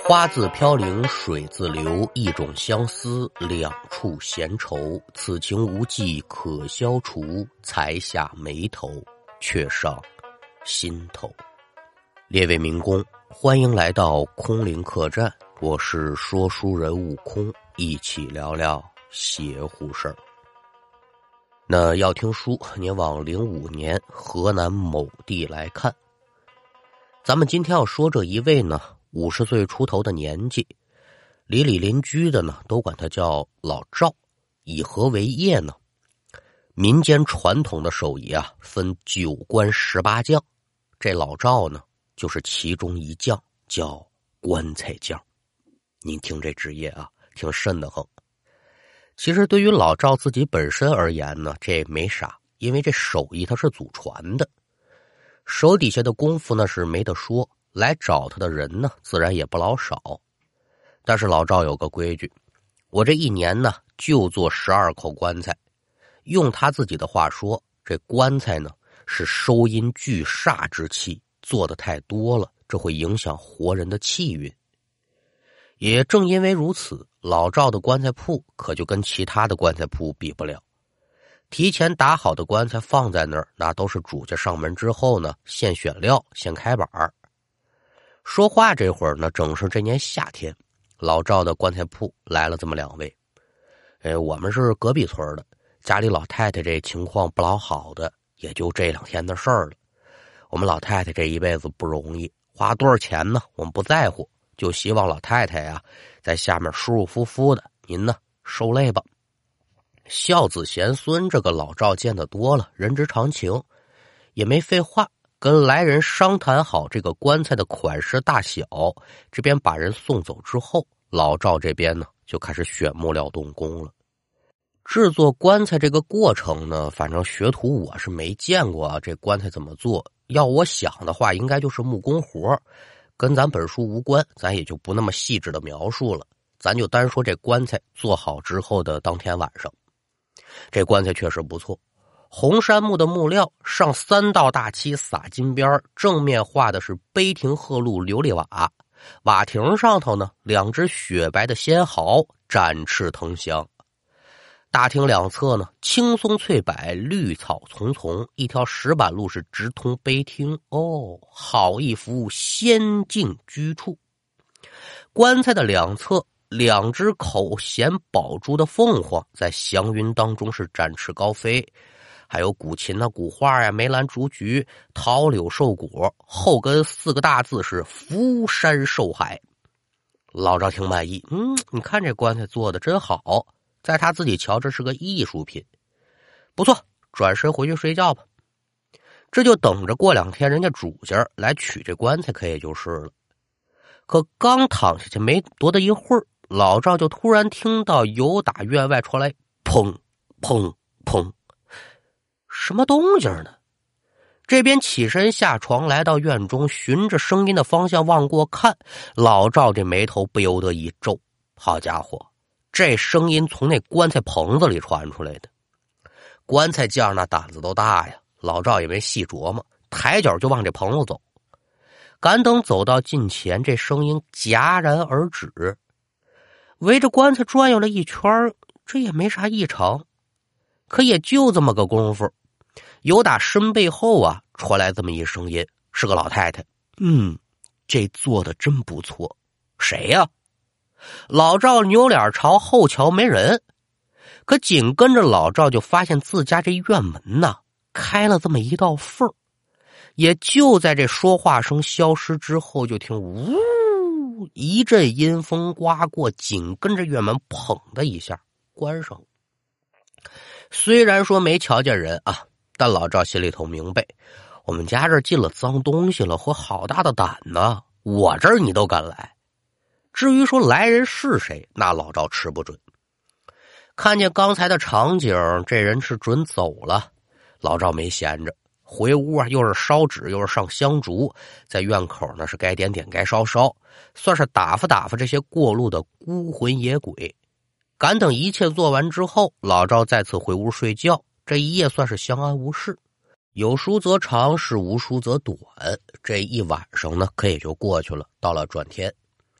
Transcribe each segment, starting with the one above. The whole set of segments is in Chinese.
花自飘零水自流，一种相思，两处闲愁。此情无计可消除，才下眉头，却上心头。列位民工，欢迎来到空灵客栈，我是说书人悟空，一起聊聊邪乎事儿。那要听书，您往05年河南某地来看。咱们今天要说这一位呢，50岁出头的年纪，里里邻居的呢都管他叫老赵。以何为业呢？民间传统的手艺啊，分9官18将，这老赵呢就是其中一将，叫棺材匠。您听这职业啊，挺瘆得慌。其实对于老赵自己本身而言呢，这没啥，因为这手艺他是祖传的，手底下的功夫呢是没得说，来找他的人呢自然也不老少。但是老赵有个规矩，我这一年呢就做12口棺材。用他自己的话说，这棺材呢是收阴聚煞之气，做的太多了，这会影响活人的气运。也正因为如此，老赵的棺材铺可就跟其他的棺材铺比不了。提前打好的棺材放在那儿，那都是主家上门之后呢，现选料，现开板。说话这会儿呢，正是这年夏天，老赵的棺材铺来了这么2位。我们是隔壁村的，家里老太太这情况不老好的，也就这2天的事儿了。我们老太太这一辈子不容易，花多少钱呢我们不在乎，就希望老太太呀在下面舒舒服服的，您呢受累吧。孝子贤孙这个老赵见得多了，人之常情，也没废话，跟来人商谈好这个棺材的款式大小，这边把人送走之后，老赵这边呢就开始选木料动工了。制作棺材这个过程呢，反正学徒我是没见过啊，这棺材怎么做，要我想的话应该就是木工活，跟咱本书无关，咱也就不那么细致的描述了，咱就单说这棺材做好之后的当天晚上。这棺材确实不错，红杉木的木料上3道大漆，撒金边，正面画的是碑亭鹤鹿琉璃瓦，瓦亭上头呢2只雪白的仙毫展翅腾翔。大厅两侧呢青松翠柏，绿草丛丛，一条石板路是直通碑厅。好一幅仙境居处。棺材的两侧2只口衔宝珠的凤凰在祥云当中是展翅高飞，还有古琴啊、古画呀、梅兰竹菊、桃柳寿果，后跟4个大字是福山寿海。老赵挺满意，你看这棺材做的真好，在他自己瞧这是个艺术品，不错，转身回去睡觉吧。这就等着过2天人家主家来取这棺材可也就是了。可刚躺下去没多大一会儿，老赵就突然听到由打院外传来砰砰砰，什么动静呢？这边起身下床来到院中，循着声音的方向望过看，老赵这眉头不由得一皱，好家伙，这声音从那棺材棚子里传出来的。棺材匠那胆子都大呀，老赵也没细琢磨，抬脚就往这棚子走。赶等走到近前，这声音戛然而止。围着棺材转悠了一圈，这也没啥异常。可也就这么个功夫，由打身背后啊传来这么一声音，是个老太太。这做的真不错。谁呀？老赵扭脸朝后瞧，没人。可紧跟着老赵就发现自家这院门呐开了这么一道缝。也就在这说话声消失之后，就听呜一阵阴风刮过，紧跟着院门砰的一下关上了。虽然说没瞧见人啊，但老赵心里头明白，我们家这儿进了脏东西了，我好大的胆呢，我这儿你都敢来。至于说来人是谁，那老赵吃不准。看见刚才的场景，这人是准走了，老赵没闲着，回屋啊，又是烧纸又是上香烛，在院口呢是该点点该烧烧，算是打发打发这些过路的孤魂野鬼。赶等一切做完之后，老赵再次回屋睡觉，这一夜算是相安无事。有书则长，是无书则短，这一晚上呢可也就过去了。到了转天，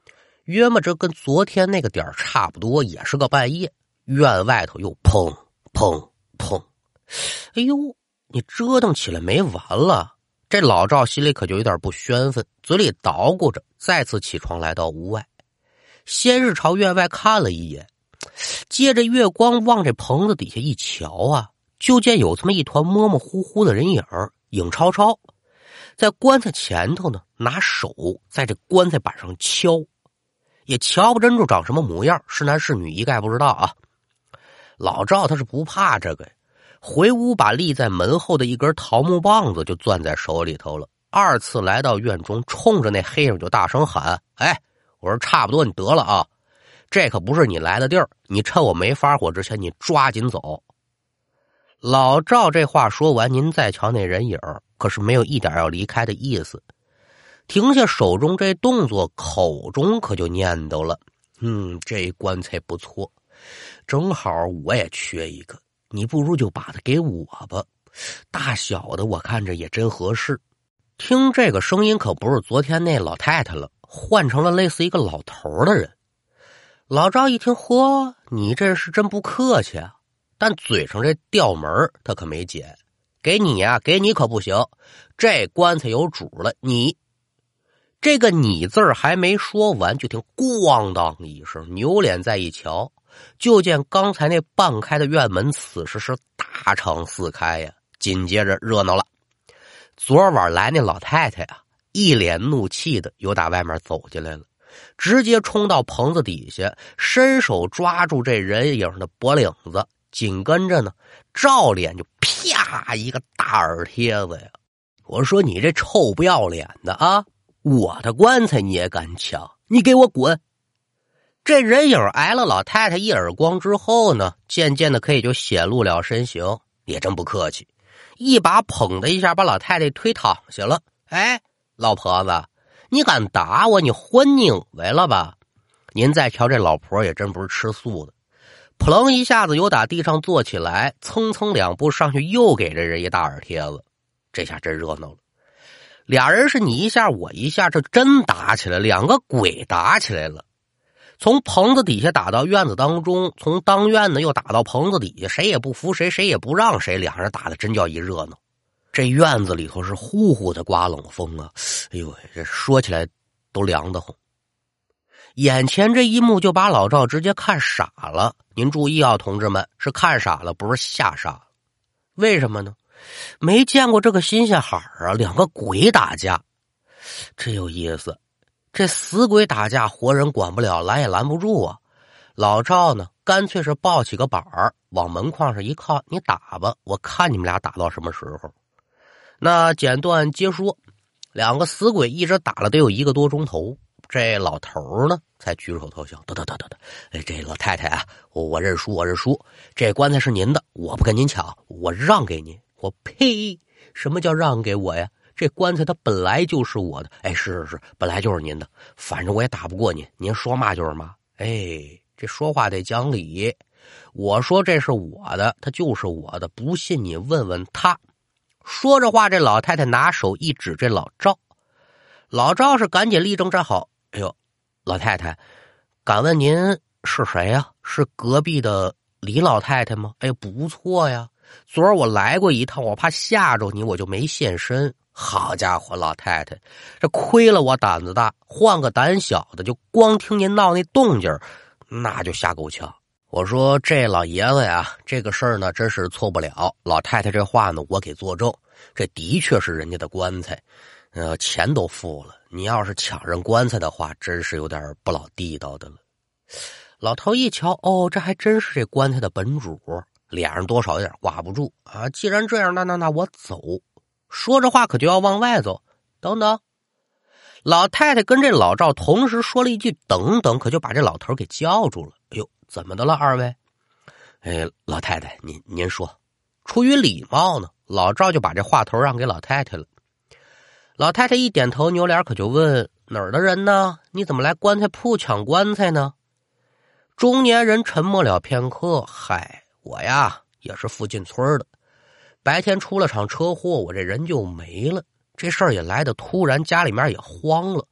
约么这跟昨天那个点儿差不多，也是个半夜，院外头又砰砰砰，哎呦，你折腾起来没完了。这老赵心里可就有点不宣愤，嘴里捣鼓着，再次起床来到屋外，先是朝院外看了一眼，借着月光往这棚子底下一瞧啊，就见有这么一团模模糊糊的人影，影超超，在棺材前头呢，拿手在这棺材板上敲，也瞧不真住长什么模样，是男是女一概不知道啊。老赵他是不怕这个，回屋把立在门后的一根桃木棒子就攥在手里头了，二次来到院中，冲着那黑人就大声喊：哎，我说差不多你得了啊，这可不是你来的地儿，你趁我没发火之前你抓紧走。老赵这话说完，您再瞧那人影，可是没有一点要离开的意思，停下手中这动作，口中可就念叨了：这棺材不错，正好我也缺一个，你不如就把它给我吧，大小的我看着也真合适。听这个声音可不是昨天那老太太了，换成了类似一个老头的人。老赵一听，嚯，你这是真不客气啊，但嘴上这调门他可没减，给你啊，给你可不行，这棺材有主了，你这个你字儿还没说完，就听咣当一声，扭脸再一瞧，就见刚才那半开的院门此时是大敞四开呀，紧接着热闹了。昨晚来那老太太啊，一脸怒气的由打外面走进来了，直接冲到棚子底下，伸手抓住这人影的脖领子，紧跟着呢，照脸就啪一个大耳贴子呀！我说你这臭不要脸的啊！我的棺材你也敢抢？你给我滚！这人影挨了老太太一耳光之后呢，渐渐的可以就显露了身形，也真不客气，一把捧的一下把老太太推躺下了。哎，老婆子，你敢打我，你混拧来了吧？您再瞧这老婆也真不是吃素的，扑棱一下子由打地上坐起来，蹭蹭两步上去又给这人一大耳贴子，这下真热闹了。俩人是你一下我一下，这真打起来，两个鬼打起来了。从棚子底下打到院子当中，从当院呢又打到棚子底下，谁也不服谁，谁也不让谁，两人打的真叫一热闹。这院子里头是呼呼的刮冷风啊，哎呦，这说起来都凉得慌。眼前这一幕就把老赵直接看傻了，您注意啊，同志们，是看傻了，不是吓傻了。为什么呢？没见过这个新鲜海啊，两个鬼打架，这有意思。这死鬼打架，活人管不了，拦也拦不住啊。老赵呢，干脆是抱起个板儿，往门框上一靠，你打吧，我看你们俩打到什么时候。那简短接说，两个死鬼一直打了得有1个多钟头，这老头呢才举手投降，得，这老太太啊，我认输，这棺材是您的，我不跟您抢，我让给您。我呸！什么叫让给我呀？这棺材它本来就是我的。哎，是，本来就是您的，反正我也打不过您，您说嘛就是嘛。哎，这说话得讲理。我说这是我的，它就是我的，不信你问问他。说着话，这老太太拿手一指这老赵，老赵是赶紧立正站好。哎呦，老太太，敢问您是谁呀？是隔壁的李老太太吗？哎，不错呀。昨儿我来过一趟，我怕吓着你，我就没现身。好家伙，老太太，这亏了我胆子大，换个胆小的，就光听您闹那动静，那就吓够呛。我说这老爷子呀，这个事儿呢真是错不了。老太太这话呢，我给作证，这的确是人家的棺材，钱都付了。你要是抢人棺材的话，真是有点不老地道的了。老头一瞧，哦，这还真是这棺材的本主。脸上多少有点挂不住啊！既然这样，那我走。说着话可就要往外走。等等，老太太跟这老赵同时说了一句等等，可就把这老头给叫住了。哎呦，怎么的了二位？哎，老太太，您说。出于礼貌呢，老赵就把这话头让给老太太了。老太太一点头，扭脸可就问：哪儿的人呢？你怎么来棺材铺抢棺材呢？中年人沉默了片刻，嗨，我呀也是附近村的，白天出了场车祸，我这人就没了。这事儿也来得突然，家里面也慌了。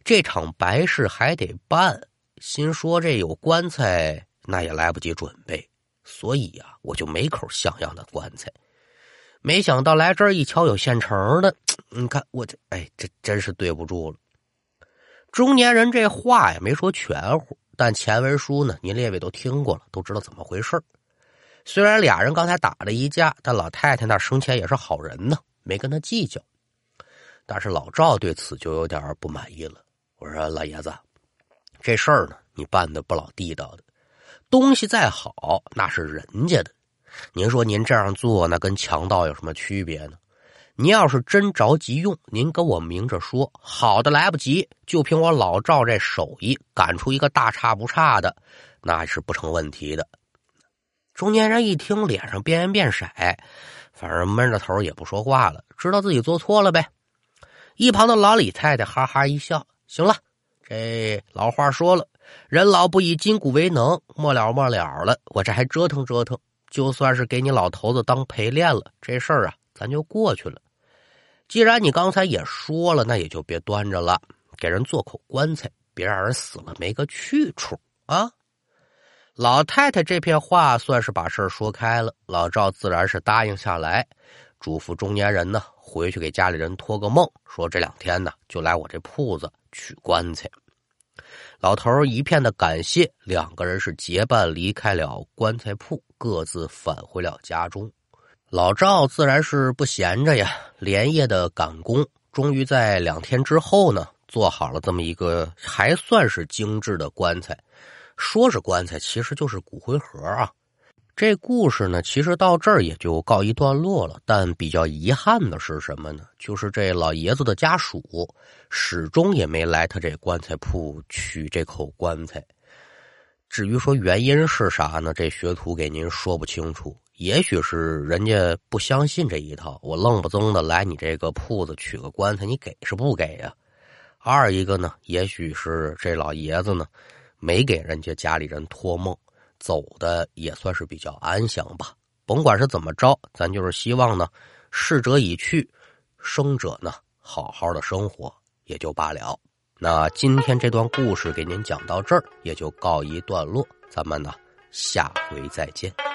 这场白事还得办，心说这有棺材那也来不及准备，所以啊，我就没口像样的棺材。没想到来这儿一瞧有现成的，你看我这真是对不住了。中年人这话呀没说全乎，但前文书呢您列位都听过了，都知道怎么回事。虽然俩人刚才打了一架，但老太太那生前也是好人呢，没跟他计较。但是老赵对此就有点不满意了。我说老爷子，这事儿呢你办的不老地道的，东西再好那是人家的，您说您这样做那跟强盗有什么区别呢？您要是真着急用，您跟我明着说，好的来不及，就凭我老赵这手艺赶出一个大差不差的，那是不成问题的。中年人一听脸上变颜变色，反正闷着头也不说话了，知道自己做错了呗。一旁的老李太太哈哈一笑，行了，这老话说了，人老不以筋骨为能，末了了，我这还折腾折腾，就算是给你老头子当陪练了，这事儿啊咱就过去了。既然你刚才也说了，那也就别端着了，给人做口棺材，别让人死了没个去处啊。老太太这片话算是把事儿说开了，老赵自然是答应下来，嘱咐中年人呢回去给家里人托个梦，说这2天呢就来我这铺子取棺材。老头一片的感谢，两个人是结伴离开了棺材铺，各自返回了家中。老赵自然是不闲着呀，连夜的赶工，终于在2天之后呢做好了这么一个还算是精致的棺材。说是棺材，其实就是骨灰盒啊。这故事呢其实到这儿也就告一段落了，但比较遗憾的是什么呢？就是这老爷子的家属始终也没来他这棺材铺取这口棺材。至于说原因是啥呢，这学徒给您说不清楚，也许是人家不相信这一套，我愣不增的来你这个铺子取个棺材，你给是不给呀？二一个呢，也许是这老爷子呢没给人家家里人托梦，走的也算是比较安详吧。甭管是怎么着，咱就是希望呢逝者已去，生者呢好好的生活也就罢了。那今天这段故事给您讲到这儿也就告一段落，咱们呢下回再见。